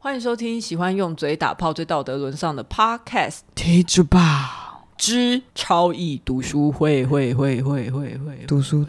欢迎收听喜欢用嘴打炮、最道德沦丧的 Podcast， 听着吧之超易读书会， 读书。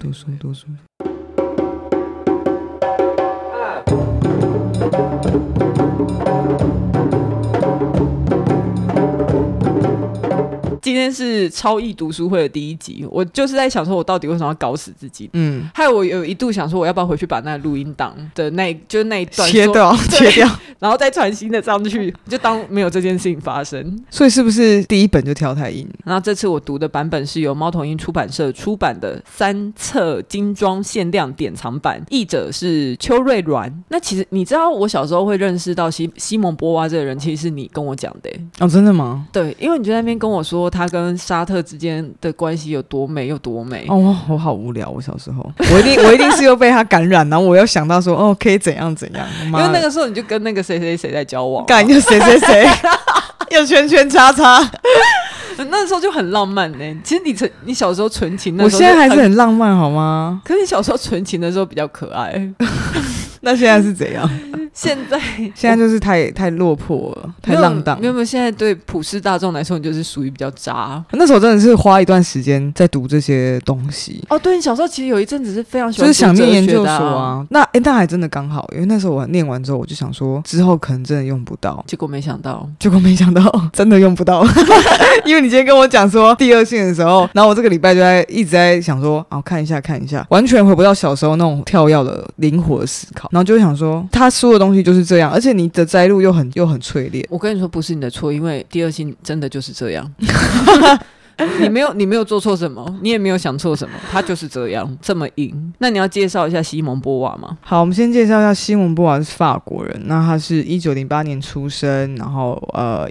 今天是超易读书会的第一集，我就是在想说我到底为什么要搞死自己，害我有一度想说我要不要回去把那个录音档的那一段切掉然后再传新的上去，就当没有这件事情发生。 所以是不是第一本就挑太硬？ 然后这次我读的版本是由猫头鹰出版社出版的3册精装限量典藏版，译者是邱瑞銮。那其实你知道我小时候会认识到西蒙波娃这个人，其实是你跟我讲的哦，真的吗？ 对，因为你就在那边跟我说他跟沙特之间的关系有多美有多美。 哦，我好无聊，我小时候我一定是又被他感染，然后我又想到说哦可以怎样怎样， 因为那个时候你就跟那个谁在交往， 干就谁又圈圈叉叉那时候就很浪漫呢。其实你小时候纯情的时候， 我现在还是很浪漫好吗？ 可是你小时候纯情的时候比较可爱。 那现在是怎样？ 现在就是太落魄了，太浪荡。 没有，现在对普世大众来说，你就是属于比较渣。 那时候真的是花一段时间在读这些东西。 哦，对，你小时候其实有一阵子是非常喜欢就是想念研究所啊。那还真的刚好，因为那时候我念完之后，我就想说之后可能真的用不到， 结果没想到真的用不到。因为你今天跟我讲说第二性的时候，然后我这个礼拜就一直在想说看一下，完全回不到小时候那种跳跃的灵活的思考，然后就会想说他说的东西就是这样，而且你的摘录又很淬炼。 我跟你说不是你的错，因为第二性真的就是这样。你没有做错什么，你也没有想错什么，他就是这样这么硬。那你要介绍一下西蒙波娃吗？ 好，我们先介绍一下西蒙波娃是法国人，那他是1908年出生，然后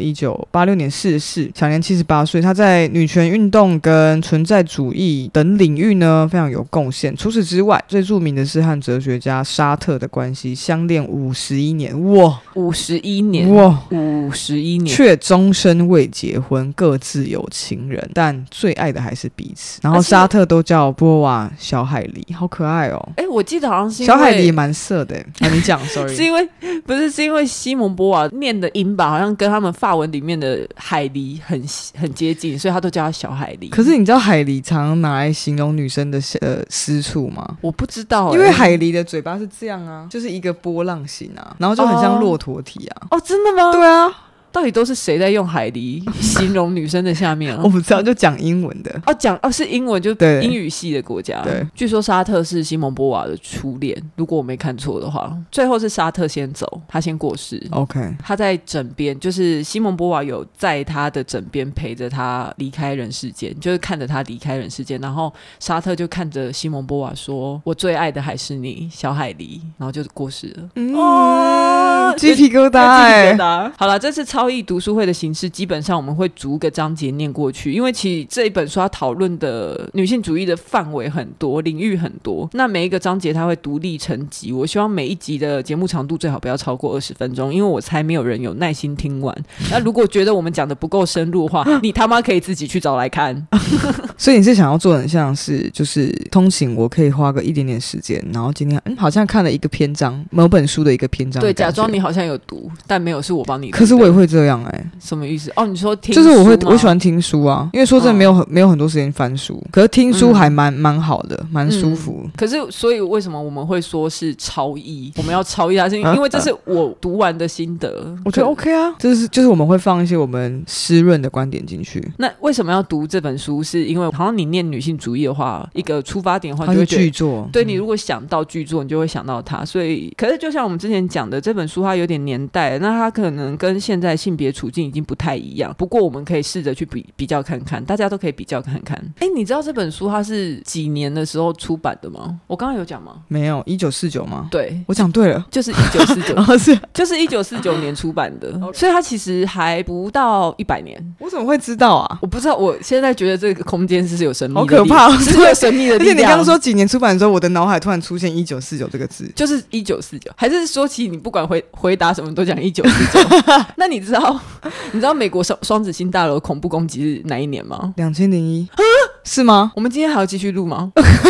1986年逝世，享年78岁。他在女权运动跟存在主义等领域呢非常有贡献。除此之外，最著名的是和哲学家沙特的关系，相恋51年，哇 ，51年， 哇 ，51年， 却终身未结婚，各自有情人。但最爱的还是彼此，然后沙特都叫波娃小海狸，好可爱哦。 我记得好像是因为小海狸也蛮色的你讲 sorry 是因为西蒙波娃念的音吧，好像跟他们法文里面的海狸很接近，所以他都叫他小海狸。 可是你知道海狸常常拿来形容女生的私处吗？ 我不知道因为海狸的嘴巴是这样啊，就是一个波浪形啊，然后就很像骆驼体啊。 哦，真的吗？ 对啊。 到底都是谁在用海狸形容女生的下面我不知道，就讲英文的是英文，就英语系的国家。 对， 据说沙特是西蒙波娃的初恋，如果我没看错的话。最后是沙特先走，他先过世。 OK， 他在枕边，就是西蒙波娃有在他的枕边陪着他离开人世间，就是看着他离开人世间，然后沙特就看着西蒙波娃说：“我最爱的还是你，小海狸。”然后就过世了。 鸡皮疙瘩好了，这次超易读书会的形式，基本上我们会逐个章节念过去，因为其实这一本书要讨论的女性主义的范围很多，领域很多，那每一个章节它会独立成集。我希望每一集的节目长度最好不要超过20分钟，因为我猜没有人有耐心听完。那如果觉得我们讲的不够深入的话，你他妈可以自己去找来看。 所以你是想要做很像是就是通勤，我可以花个一点点时间，然后今天好像看了一个篇章，某本书的一个篇章， 对，假装你好像有读，但没有，是我帮你读。 可是我也会这样什么意思？你说听书吗？ 就是我喜欢听书啊，因为说真的没有很多时间翻书，可是听书还蛮好的，蛮舒服。 可是所以为什么我们会说是超译？我们要超译它，是因为这是我读完的心得。 我觉得 OK 啊，就是我们会放一些我们湿润的观点进去。 那为什么要读这本书？是因为好像你念女性主义的话，一个出发点的话，就会觉得剧作。 对，你如果想到剧作，你就会想到它。所以，可是就像我们之前讲的，这本书它有点年代，那它可能跟现在性别处境已经不太一样。不过我们可以试着去比较看看，大家都可以比较看看。你知道这本书它是几年的时候出版的吗？我刚刚有讲吗？ 没有，1949吗？ 对， 我讲对了， 就是1949， 是就是1949年出版的，所以它其实还不到100年。 我怎么会知道啊？ 我不知道，我现在觉得这个空间是有神秘的， 好可怕， 是有神秘的力量。 而且你刚刚说几年出版的时候，我的脑海突然出现1949这个字， 就是1949，还是说起你不管回答什么都讲1949？那你知道美国双子星大楼恐怖攻击是哪一年吗？ 2001是吗？ 我们今天还要继续录吗？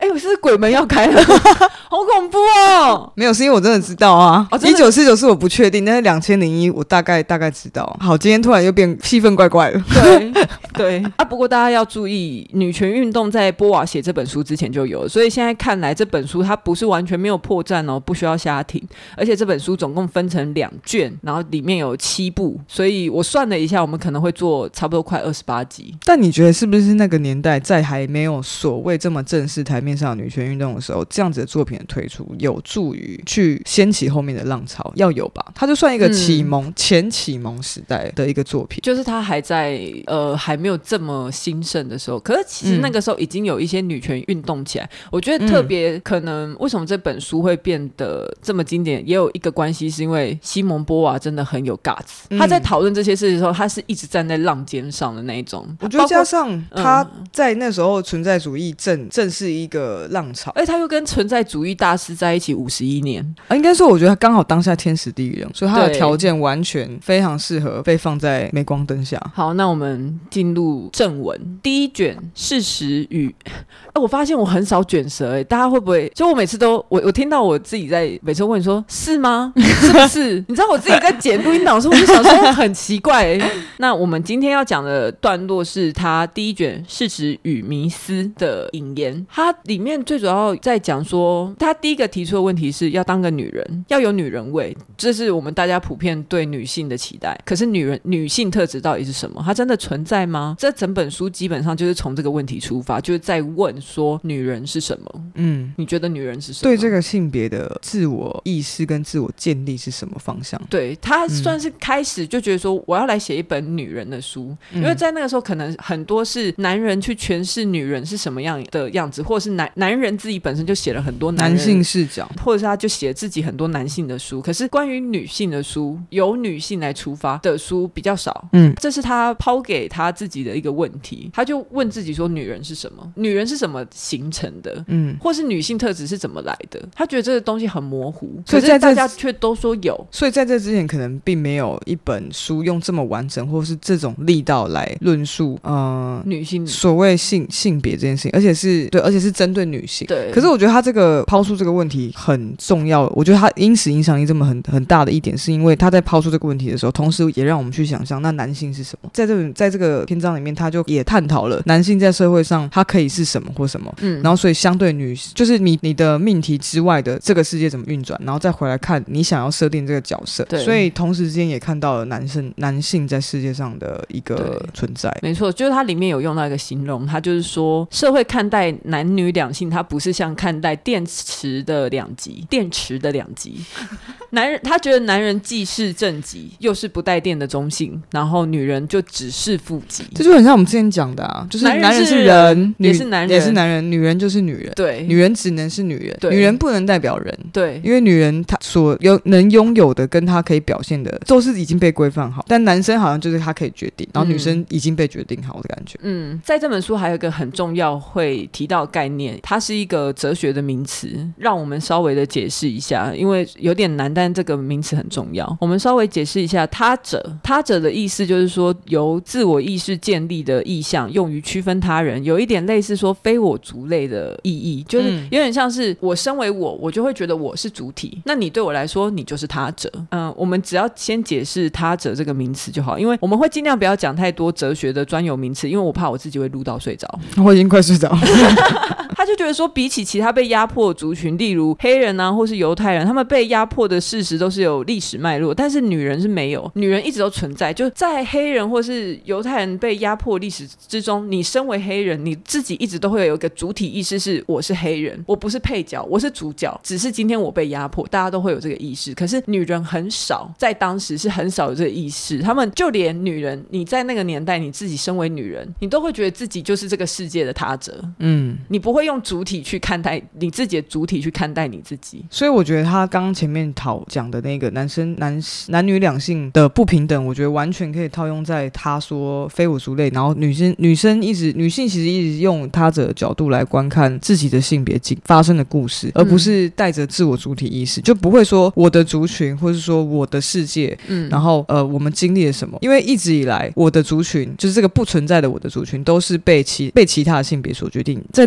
我是不是鬼门要开了？好恐怖哦！ 没有，是因为我真的知道啊。1949是我不确定，但是2001我大概知道。好，今天突然又变气氛怪怪了。 对啊，不过大家要注意，女权运动在波瓦写这本书之前就有了，所以现在看来这本书它不是完全没有破绽哦，不需要瞎听。而且这本书总共分成2卷，然后里面有7部，所以我算了一下，我们可能会做差不多快28集。 但你觉得是不是那个年代在还没有所谓这么正式台面上的女权运动的时候，这样子的作品的推出有助于去掀起后面的浪潮？要有吧，它就算一个启蒙、前启蒙时代的一个作品， 就是它还在还没有这么兴盛的时候，可是其实那个时候已经有一些女权运动起来。我觉得特别可能为什么这本书会变得这么经典，也有一个关系是因为西蒙波娃真的很有 guts，他在讨论这些事情的时候，他是一直站在浪尖上的那一种。 我觉得加上他在那时候存在主义正是一个浪潮， 而且他又跟存在主义大师在一起51年， 应该说我觉得他刚好当下天时地利人，所以他的条件完全非常适合被放在镁光灯下。 好，那我们进入正文。第1卷事实与我发现我很少卷舌大家会不会就我每次都我听到我自己在每次问你说是吗？是不是？你知道我自己在剪录音档的时候，我就想说很奇怪那我们今天要讲的段落是他第1卷事实与迷思的引言，它里面最主要在讲说，他第一个提出的问题是要当个女人，要有女人味，这是我们大家普遍对女性的期待。可是女性特质到底是什么？它真的存在吗？这整本书基本上就是从这个问题出发，就是在问说女人是什么。你觉得女人是什么？ 对这个性别的自我意识跟自我建立是什么方向？ 对，他算是开始就觉得说我要来写一本女人的书，因为在那个时候可能很多是男人去诠释女人是什么样的样子，或者是男人自己本身就写了很多男性视角， 或者是他就写自己很多男性的书，可是关于女性的书，由女性来出发的书比较少。这是他抛给他自己的一个问题，他就问自己说女人是什么？女人是什么形成的？或是女性特质是怎么来的？他觉得这个东西很模糊，可是大家却都说有。 所以在这之前可能并没有一本书用这么完整或是这种力道来论述女性所谓性别这件事情，而且是针对女性。 对， 可是我觉得他这个抛出这个问题很重要，我觉得他因此影响力这么很大的一点，是因为他在抛出这个问题的时候，同时也让我们去想象那男性是什么。在这个篇章里面，他就也探讨了男性在社会上他可以是什么或什么，然后所以相对女就是你的命题之外的这个世界怎么运转，然后再回来看你想要设定这个角色。所以同时之间也看到了男性在世界上的一个存在。没错，就是它里面有用到一个形容，它就是说社会看待男女两性，它不是像看待电池的两极男人他觉得男人既是正极又是不带电的中性，然后女人就只是负极。 这就很像我们之前讲的就是男人是人，也是男人，女人就是女人。 对， 女人只能是女人，女人不能代表人。 对， 因为女人她所能拥有的跟她可以表现的都是已经被规范好，但男生好像就是他可以决定，然后女生已经被决定好的感觉。 在这本书还有一个很重要会提到概念，它是一个哲学的名词，让我们稍微的解释一下，因为有点难，但这个名词很重要。我们稍微解释一下他者的意思，就是说由自我意识建立的意象用于区分他人，有一点类似说非我族类的意义，就是有点像是我身为我就会觉得我是主体，那你对我来说你就是他者。我们只要先解释他者这个名词就好，因为我们会尽量不要讲太多哲学的专有名词，因为我怕我自己会录到睡着。 我已经快睡着他就觉得说比起其他被压迫的族群，例如黑人或是犹太人，他们被压迫的事实都是有历史脉络，但是女人是没有，女人一直都存在。就在黑人或是犹太人被压迫历史之中，你身为黑人，你自己一直都会有一个主体意识，是我是黑人，我不是配角，我是主角，只是今天我被压迫，大家都会有这个意识。可是女人很少，在当时是很少有这个意识，他们就连女人，你在那个年代你自己身为女人，你都会觉得自己就是这个世界的他者。你不会用主体去看待你自己的主体去看待你自己。 所以我觉得他刚刚前面讲的那个男女两性的不平等，我觉得完全可以套用在他说非我族类，然后女性其实一直用他者的角度来观看自己的性别发生的故事，而不是带着自我主体意识，就不会说我的族群或是说我的世界，然后我们经历了什么。因为一直以来我的族群就是这个不存在的我的族群都是被其他的性别所决定，在那个时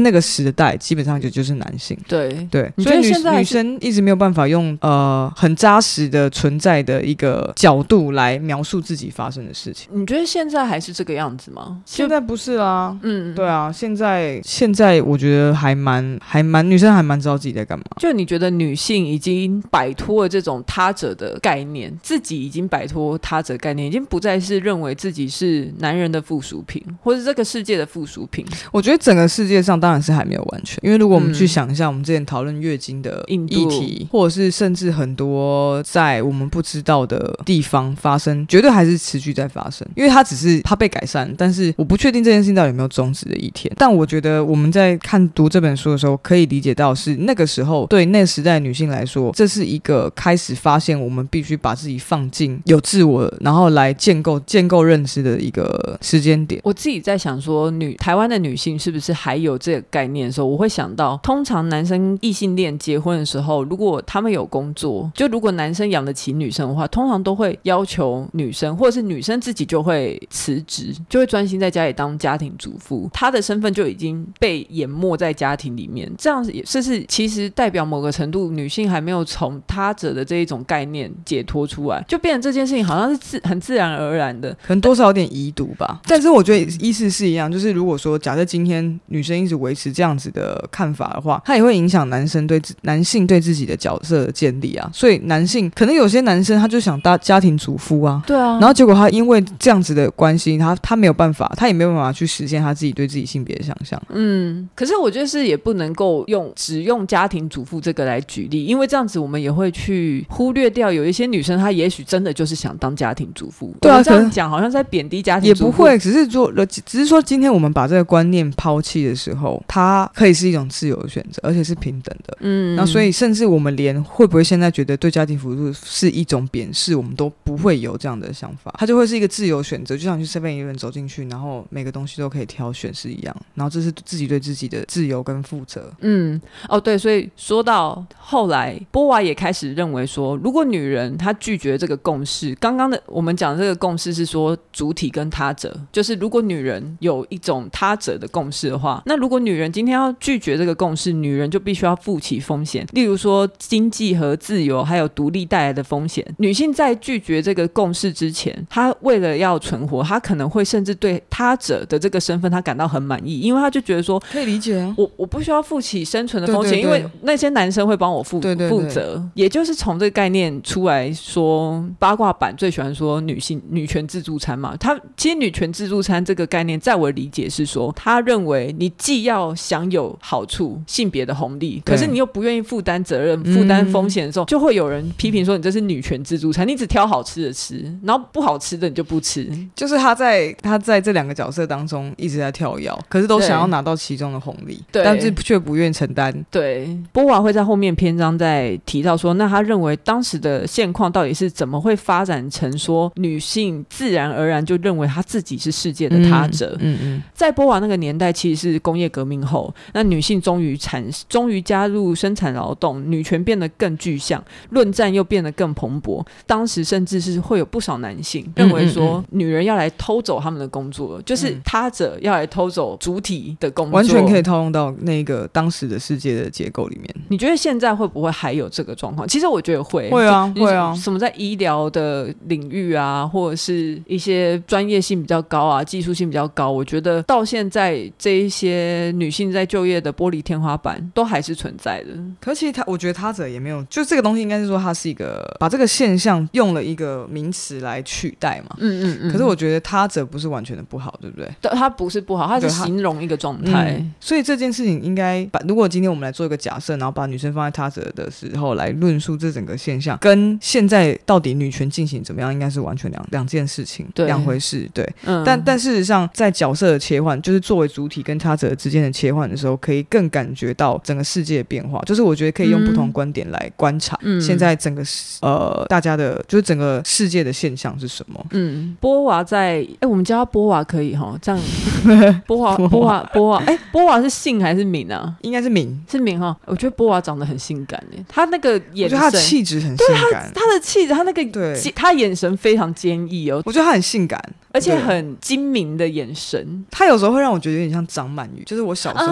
的带基本上就是男性。 对对， 你所以觉得现在女生一直没有办法用很扎实的存在的一个角度来描述自己发生的事情。 你觉得现在还是这个样子吗？ 现在不是啦，对啊，现在我觉得还蛮女生还蛮知道自己在干嘛。 就你觉得女性已经摆脱了这种他者的概念，自己已经摆脱他者概念，已经不再是认为自己是男人的附属品，或者这个世界的附属品。 我觉得整个世界上当然是还没有完全，因为如果我们去想一下我们之前讨论月经的议题，或者是甚至很多在我们不知道的地方发生，绝对还是持续在发生，因为它只是它被改善，但是我不确定这件事情到底有没有终止的一天。但我觉得我们在读这本书的时候可以理解到，是那个时候对那个时代的女性来说，这是一个开始发现我们必须把自己放进有自我，然后来建构认知的一个时间点。 我自己在想说台湾的女性是不是还有这个概念的时候，我会想到通常男生异性恋结婚的时候，如果他们有工作，就如果男生养得起女生的话，通常都会要求女生，或者是女生自己就会辞职，就会专心在家里当家庭主妇，她的身份就已经被淹没在家庭里面。这样也是其实代表某个程度女性还没有从他者的这一种概念解脱出来，就变成这件事情好像是很自然而然的， 可能多少有点遗毒吧。但是我觉得意思是一样，就是如果说假设今天女生一直维持这样子的看法的话，它也会影响男性对自己的角色的建立啊。所以男性可能有些男生他就想当家庭主妇啊， 对啊， 然后结果他因为这样子的关系，他没有办法，他也没有办法去实现他自己对自己性别的想象。 可是我觉得是也不能够只用家庭主妇这个来举例，因为这样子我们也会去忽略掉有一些女生她也许真的就是想当家庭主妇。 对啊， 这样讲好像在贬低家庭主妇， 也不会，只是说今天我们把这个观念抛弃的时候，它可以是一种自由的选择，而且是平等的。那所以甚至我们连会不会现在觉得对家庭主妇是一种贬视，我们都不会有这样的想法，它就会是一个自由选择，就像去 7-Eleven 走进去，然后每个东西都可以挑选是一样，然后这是自己对自己的自由跟负责。 对，所以说到后来波娃也开始认为说，如果女人她拒绝这个共识，刚刚的我们讲的这个共识是说主体跟他者，就是如果女人有一种他者的共识的话，那如果女人今天要拒绝这个共识，女人就必须要负起风险，例如说经济和自由还有独立带来的风险。女性在拒绝这个共识之前，她为了要存活，她可能会甚至对他者的这个身份她感到很满意，因为她就觉得说可以理解啊， 我不需要负起生存的风险， 对对对， 因为那些男生会帮我负责。也就是从这个概念出来说，八卦版最喜欢说女权自助餐嘛，其实女权自助餐这个概念在我的理解是说，他认为你既要享有好处性别的红利，可是你又不愿意负担责任负担风险的时候，就会有人批评说你这是女权自助餐，你只挑好吃的吃，然后不好吃的你就不吃。 就是他在这两个角色当中一直在跳跃，可是都想要拿到其中的红利，但是却不愿意承担。 对，波娃会在后面篇章在提到说，那他认为当时的现况到底是怎么会发展成说女性自然而然就认为她自己是世界的他者。在波娃那个年代其实是工业革命后，那女性终于加入生产劳动，女权变得更具象，论战又变得更蓬勃。当时甚至是会有不少男性认为说女人要来偷走他们的工作，就是他者要来偷走主体的工作， 完全可以套用到那个当时的世界的结构里面。 你觉得现在会不会还有这个状况？其实我觉得会啊，会啊。 什么在医疗的领域啊，或者是一些专业性比较高啊，技术性比较高，我觉得到现在这一些女性在就业的玻璃天花板都还是存在的。 可是其实我觉得他者也没有，就这个东西应该是说它是一个把这个现象用了一个名词来取代嘛。可是我觉得他者不是完全的不好，对不对？ 对，它不是不好，它是形容一个状态。 所以这件事情应该如果今天我们来做一个假设，然后把女生放在他者的时候来论述这整个现象，跟现在到底女权进行怎么样，应该是完全两件事情，两回事。对，但事实上在角色的切换，就是作为主体跟他者之间的切换的时候，可以更感觉到整个世界的变化。就是我觉得可以用不同观点来观察现在整个大家的就是整个世界的现象是什么。 波娃在我们叫他波娃可以齁，这样波娃是姓还是名啊？ 应该是名齁。我觉得波娃长得很性感耶，他那个眼神， 我觉得他的气质很性感， 他的气质，他那个他眼神非常坚毅哦， 我觉得他很性感， 而且很精明的眼神。 他有时候会让我觉得有点像张曼玉，就是我小时候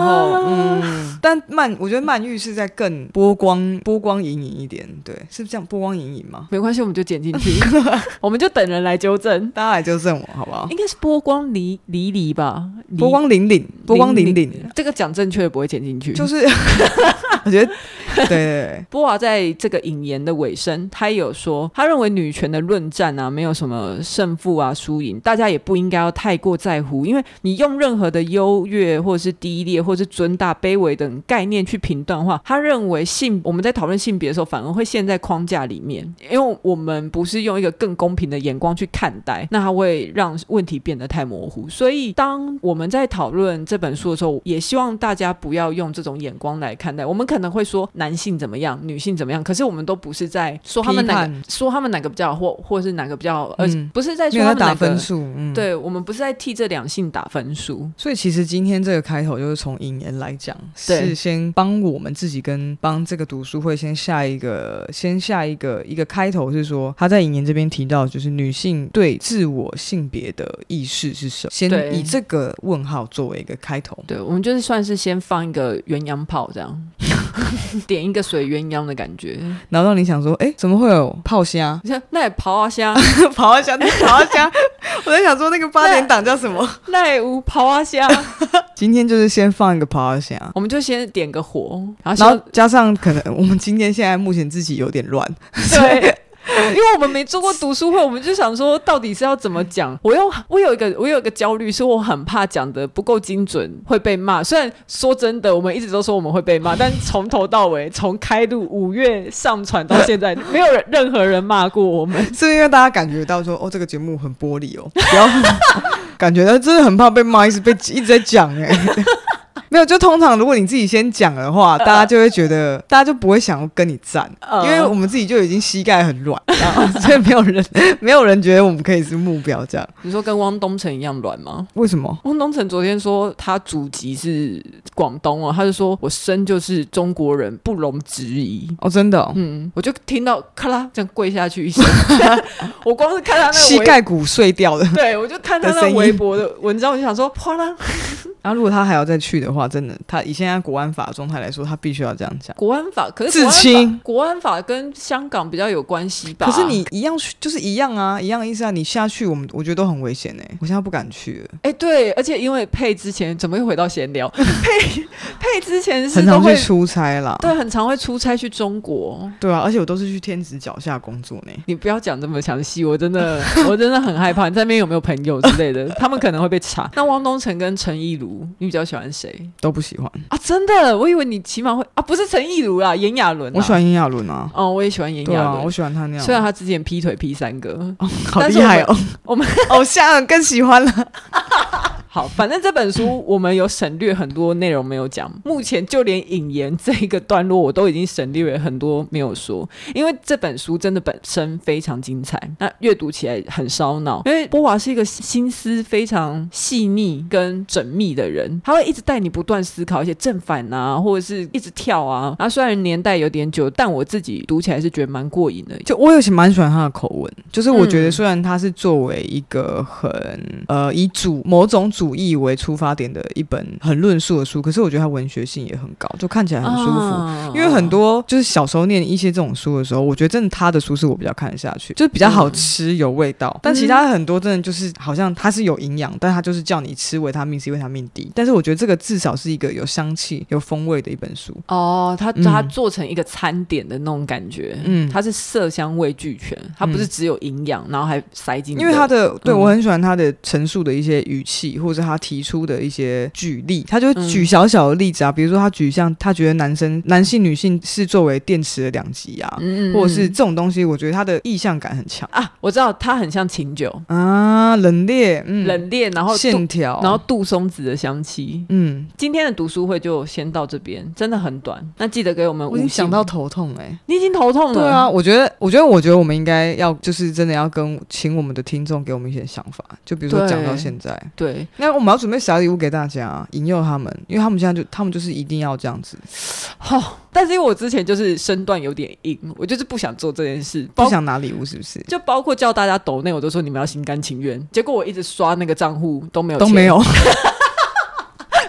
后但我觉得曼玉是在更波光隐隐一点，对，是这样波光隐隐吗？ 没关系，我们就剪进去，我们就等人来纠正， 大家来纠正我好不好？ 应该是波光粼粼吧， 波光粼粼，波光粼粼， 这个讲正确的不会剪进去， 就是我觉得对， 波娃在这个引言的尾声，他也有说，他认为女权的论战啊，没有什么胜负啊输赢，大家也不应该要太过在乎，因为你用任何的优越或者是低劣或者是尊大卑微等概念去评断的话，他认为我们在讨论性别的时候反而会陷在框架里面，因为我们不是用一个更公平的眼光去看待，那它会让问题变得太模糊。所以当我们在讨论这本书的时候，也希望大家不要用这种眼光来看待。我们可能会说男性怎么样，女性怎么样，可是我们都不是在说他们哪个比较好，或是哪个比较好，不是在说他们哪个打分数， 对，我们不是在替这两性打分数。 所以其实今天这个开头就是从引言来讲，是先帮我们自己跟帮这个读书会先下一个开头，是说他在引言这边提到，就是女性对自我性别的意识是什么，先以这个问号作为一个开头。 对，我们就是算是先放一个鸳鸯炮这样点一个水鸳鸯的感觉， 然后让你想说怎么会有泡虾， 那也泡啊虾泡啊虾我在想说那个8点档叫什么那也有泡啊虾今天就是先放一个泡啊虾， 我们就先点个火， 然后加上可能我们今天现在目前自己有点乱对因为我们没做过读书会，我们就想说到底是要怎么讲。我有一个焦虑，是我很怕讲的不够精准会被骂。虽然说真的，我们一直都说我们会被骂，但从头到尾，从开录5月上传到现在，没有任何人骂过我们。 是因为大家感觉到说这个节目很玻璃不要感觉到真的很怕被骂，一直在讲没有，就通常如果你自己先讲的话，大家就会觉得，大家就不会想要跟你站，因为我们自己就已经膝盖很软，所以没有人觉得我们可以是目标这样。 你说跟汪东城一样软吗？ 为什么？ 汪东城昨天说他祖籍是广东他就说我生就是中国人，不容置疑。 真的我就听到咔啦这样跪下去一下我光是看他那个膝盖骨碎掉的， 对，我就看他那微博的文章，我就想说哗啦如果他还要再去的话，真的，他以现在国安法的状态来说，他必须要这样讲。 国安法，可是自清国安法跟香港比较有关系吧？ 可是你一样就是一样啊，一样的意思啊。你下去，我觉得都很危险我现在不敢去了。 对，而且因为佩之前怎么又回到闲聊？佩之前是很常去出差啦， 对，很常会出差去中国。 对啊，而且我都是去天子脚下工作你不要讲这么详细，我真的很害怕。你在那边有没有朋友之类的？他们可能会被查。那汪东城跟陈亦儒，你比较喜欢谁？ 都不喜欢啊！真的，我以为你起码会不是陈亦儒啦，炎亚纶。 我喜欢炎亚纶啊。 我也喜欢炎亚纶， 我喜欢他那样。 虽然他之前劈腿劈3个， 好厉害我们偶像更喜欢了。 好，反正这本书我们有省略很多内容没有讲，目前就连引言这一个段落我都已经省略了很多没有说，因为这本书真的本身非常精彩，那阅读起来很烧脑，因为波娃是一个心思非常细腻跟缜密的人，他会一直带你不断思考一些正反啊，或者是一直跳啊，然后虽然年代有点久，但我自己读起来是觉得蛮过瘾的。 就我有些蛮喜欢他的口吻，就是我觉得虽然他是作为一个很以某种主义为出发点的一本很论述的书，可是我觉得它文学性也很高，就看起来很舒服。因为很多就是小时候念一些这种书的时候，我觉得真的他的书是我比较看得下去，就是比较好吃有味道。但其他很多真的就是好像它是有营养，但它就是叫你吃维他命 C 维他命 D。但是我觉得这个至少是一个有香气有风味的一本书。 它做成一个餐点的那种感觉，它是色香味俱全，它不是只有营养然后还塞进。 因为它的对我很喜欢它的陈述的一些语气，或者他提出的一些举例，他就举小小的例子啊，比如说他举像他觉得男性女性是作为电池的两极啊，或者是这种东西，我觉得他的意象感很强啊。我知道他很像琴酒啊，冷冽， 然后线条， 然后杜松子的香气。今天的读书会就先到这边，真的很短。那记得给我们5星。 我已经想到头痛你已经头痛了。 对啊，我觉得我们应该要就是真的要请我们的听众给我们一些想法，就比如说讲到现在， 对， 那我们要准备小礼物给大家，引诱他们，因为他们现在他们就是一定要这样子。 但是因为我之前就是身段有点硬，我就是不想做这件事， 不想拿礼物，是不是？ 就包括叫大家抖内，我都说你们要心甘情愿，结果我一直刷那个账户都没有。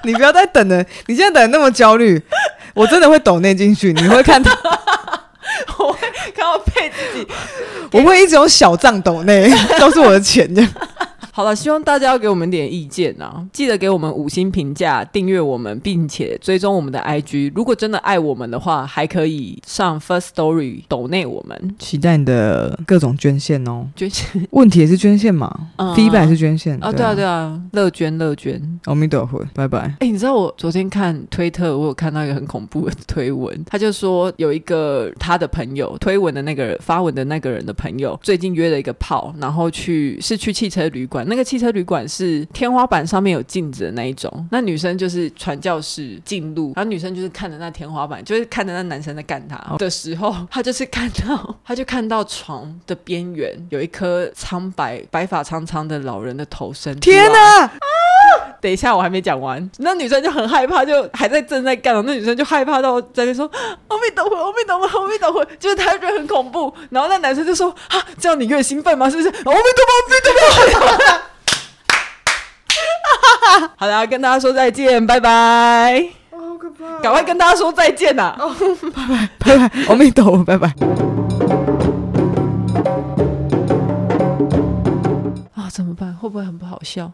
你不要再等了，你现在等得那么焦虑，我真的会抖内进去，你会看到我会看到配自己， 我会一直用小账抖内，都是我的钱这样。 好了，希望大家要给我们点意见啊！记得给我们5星评价，订阅我们，并且追踪我们的 IG。如果真的爱我们的话，还可以上 First Story 抖内我们。 期待你的各种捐献哦， 捐献问题也是捐献嘛，feedback 也是捐献啊，对啊对啊，乐捐乐捐。 阿弥陀佛，拜拜。 你知道我昨天看推特，我有看到一个很恐怖的推文，他就说有一个他的朋友推文的那个人发文的那个人的朋友，最近约了一个炮，然后去汽车旅馆。那个汽车旅馆是天花板上面有镜子的那一种，那女生就是传教士进入，然后女生就是看着那天花板，就是看着那男生在干她的时候，她就看到床的边缘有一颗白发苍苍的老人的头身。 天哪！ 等一下，我还没讲完。那女生就很害怕，就还正在干，那女生就害怕到在那边说阿弥陀佛，阿弥陀佛，阿弥陀佛，就是她觉得很恐怖。然后那男生就说啊，这样你越兴奋吗？是不是？阿弥陀佛，阿弥陀佛。好啦，跟大家说再见，拜拜。 好可怕！ 赶快跟大家说再见啊！ 拜拜，拜拜，阿弥陀佛，拜拜。 啊，怎么办？会不会很不好笑？